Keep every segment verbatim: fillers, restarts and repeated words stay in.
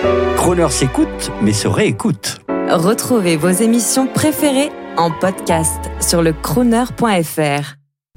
Crooner s'écoute, mais se réécoute. Retrouvez vos émissions préférées en podcast sur le crooner point f r.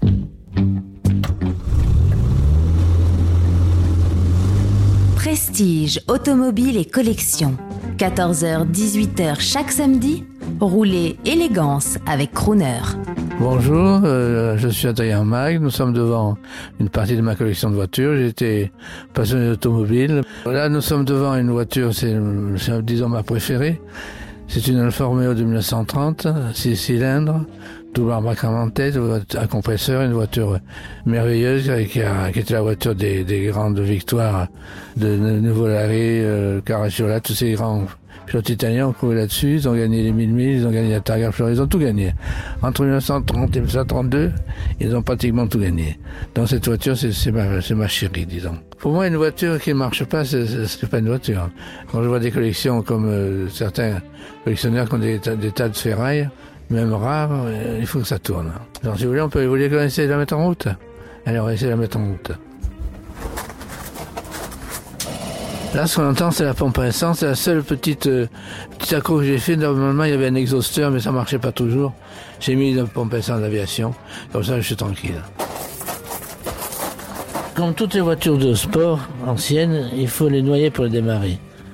Prestige, automobile et collection. quatorze heures dix-huit heures chaque samedi. Roulez élégance avec Crooner. Bonjour, euh, je suis Adrien Mag. Nous sommes devant une partie de ma collection de voitures. J'ai été passionné d'automobile. Là, nous sommes devant une voiture, c'est, c'est disons ma préférée. C'est une Alfa Romeo de dix-neuf cent trente, six cylindres, double embarquement de tête, à compresseur, une voiture merveilleuse qui, a, qui était la voiture des, des grandes victoires de Nouveau Larry, euh, Caracciola, tous ces grands pilotes italiens ont couru là-dessus. Ils ont gagné les mille milles, ils ont gagné la Targa Florio, ils ont tout gagné. Entre dix-neuf cent trente et dix-neuf cent trente-deux, ils ont pratiquement tout gagné. Donc cette voiture, c'est, c'est, ma, c'est ma chérie, disons. Pour moi, une voiture qui ne marche pas, c'est, c'est, c'est pas une voiture. Quand je vois des collections comme euh, certains collectionneurs qui ont des, des tas de ferrailles, même rares, euh, il faut que ça tourne. Alors si vous voulez, on peut, vous voulez qu'on essaie de la mettre en route? Alors, on va essayer de la mettre en route. Là, ce qu'on entend, c'est la pompe à essence. C'est la seule petite, euh, petite accro que j'ai fait. Normalement, il y avait un exhausteur, mais ça marchait pas toujours. J'ai mis une pompe à essence d'aviation. Comme ça, je suis tranquille. Comme toutes les voitures de sport anciennes, il faut les noyer pour les démarrer.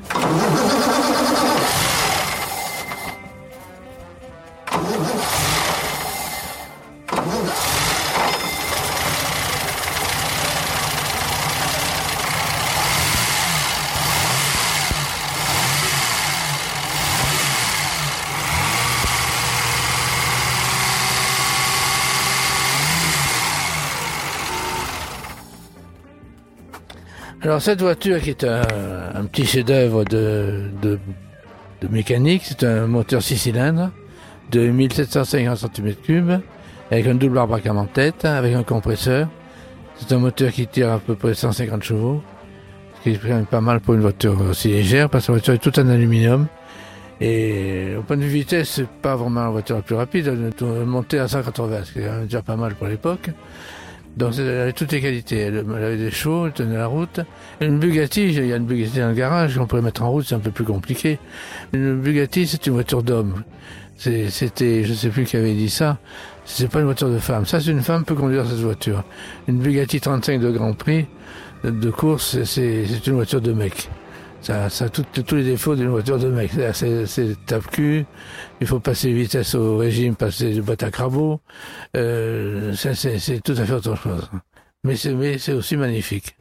Alors cette voiture qui est un, un petit chef-d'œuvre de, de, de mécanique, c'est un moteur six cylindres de mille sept cent cinquante centimètres cubes avec un double embarquement de tête, avec un compresseur. C'est un moteur qui tire à peu près cent cinquante chevaux, ce qui est quand même pas mal pour une voiture aussi légère parce que la voiture est toute en aluminium. Et au point de vue vitesse, c'est pas vraiment la voiture la plus rapide, elle est montée à cent quatre-vingts, ce qui est déjà pas mal pour l'époque. Donc elle avait toutes les qualités, elle avait des chevaux, elle tenait la route. Une Bugatti, il y a une Bugatti dans le garage qu'on pourrait mettre en route, c'est un peu plus compliqué. Une Bugatti, c'est une voiture d'homme. C'est, c'était, je sais plus qui avait dit ça, c'est pas une voiture de femme. Ça, c'est une femme peut conduire cette voiture. Une Bugatti trente-cinq de Grand Prix, de, de course, c'est, c'est une voiture de mec. Ça, ça a tout, tous les défauts d'une voiture de mec. C'est, c'est tape-cul, il faut passer vitesse au régime, passer de boîte à crabot. Euh, ça, c'est, c'est tout à fait autre chose. Mais c'est, mais c'est aussi magnifique.